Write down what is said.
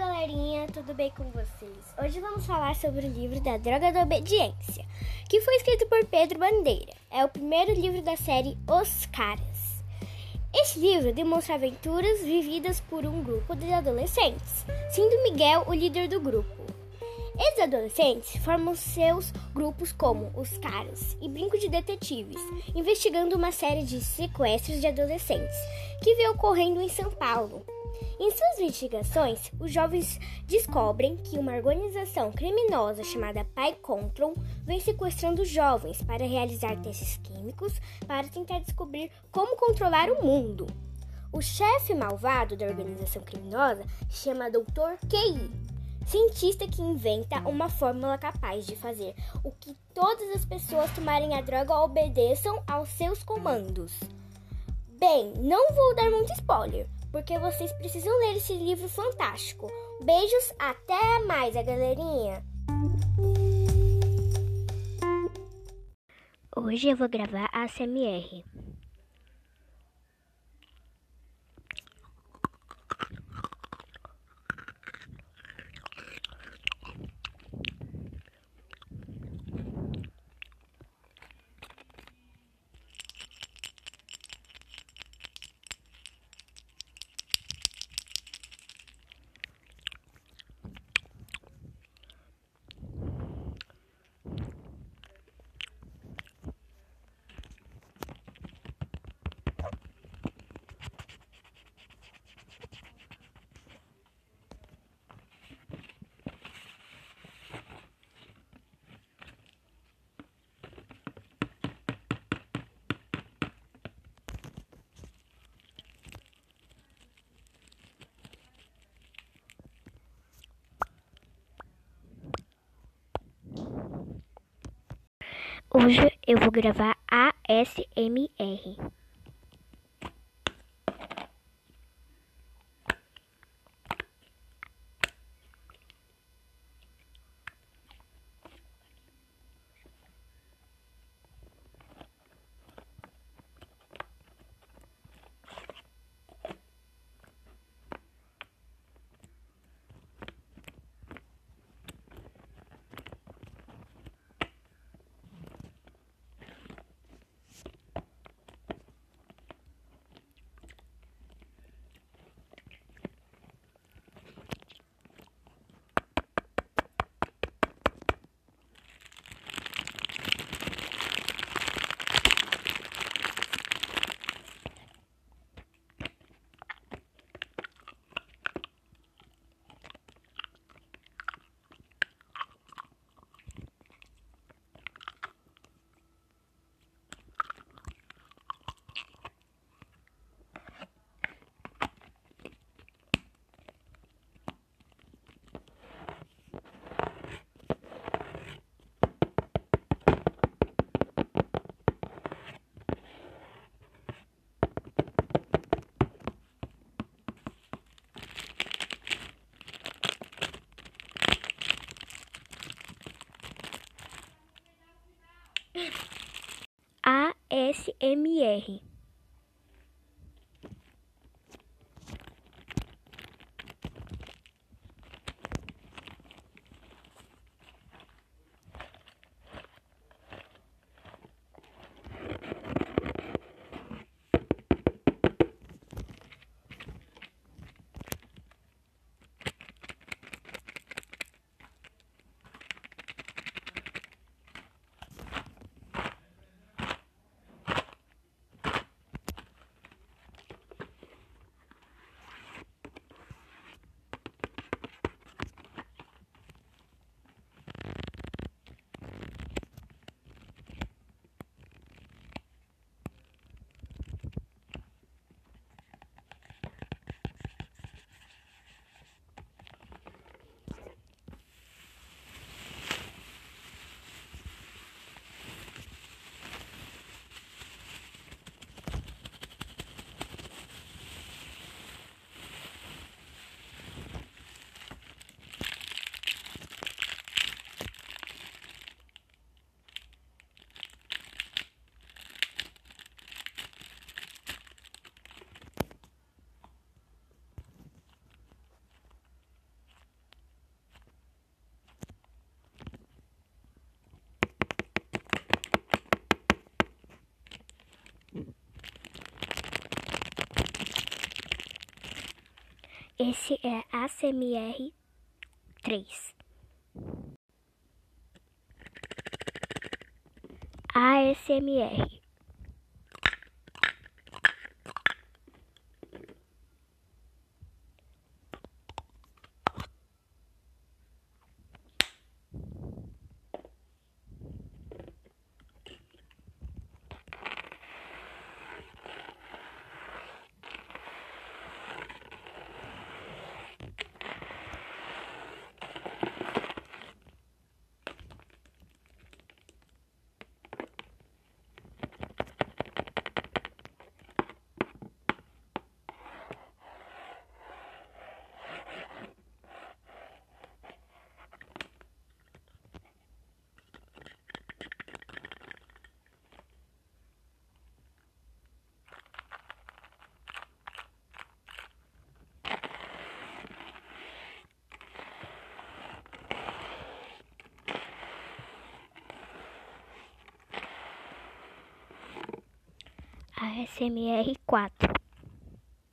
galerinha, tudo bem com vocês? Hoje vamos falar sobre o livro da Droga da Obediência, que foi escrito por Pedro Bandeira. É o primeiro livro da série Os Caras. Este livro demonstra aventuras vividas por um grupo de adolescentes, sendo Miguel o líder do grupo. Esses adolescentes formam seus grupos como Os Caras e Brinco de Detetives, investigando uma série de sequestros de adolescentes que vem ocorrendo em São Paulo. Em suas investigações, os jovens descobrem que uma organização criminosa chamada Pai Control vem sequestrando jovens para realizar testes químicos para tentar descobrir como controlar o mundo. O chefe malvado da organização criminosa se chama Dr. QI, cientista que inventa uma fórmula capaz de fazer o que todas as pessoas tomarem a droga obedeçam aos seus comandos. Bem, não vou dar muito spoiler, porque vocês precisam ler esse livro fantástico. Beijos, até mais, galerinha! Hoje eu vou gravar a ASMR. Hoje eu vou gravar ASMR. ASMR. Esse é ASMR 3. ASMR. ASMR 4.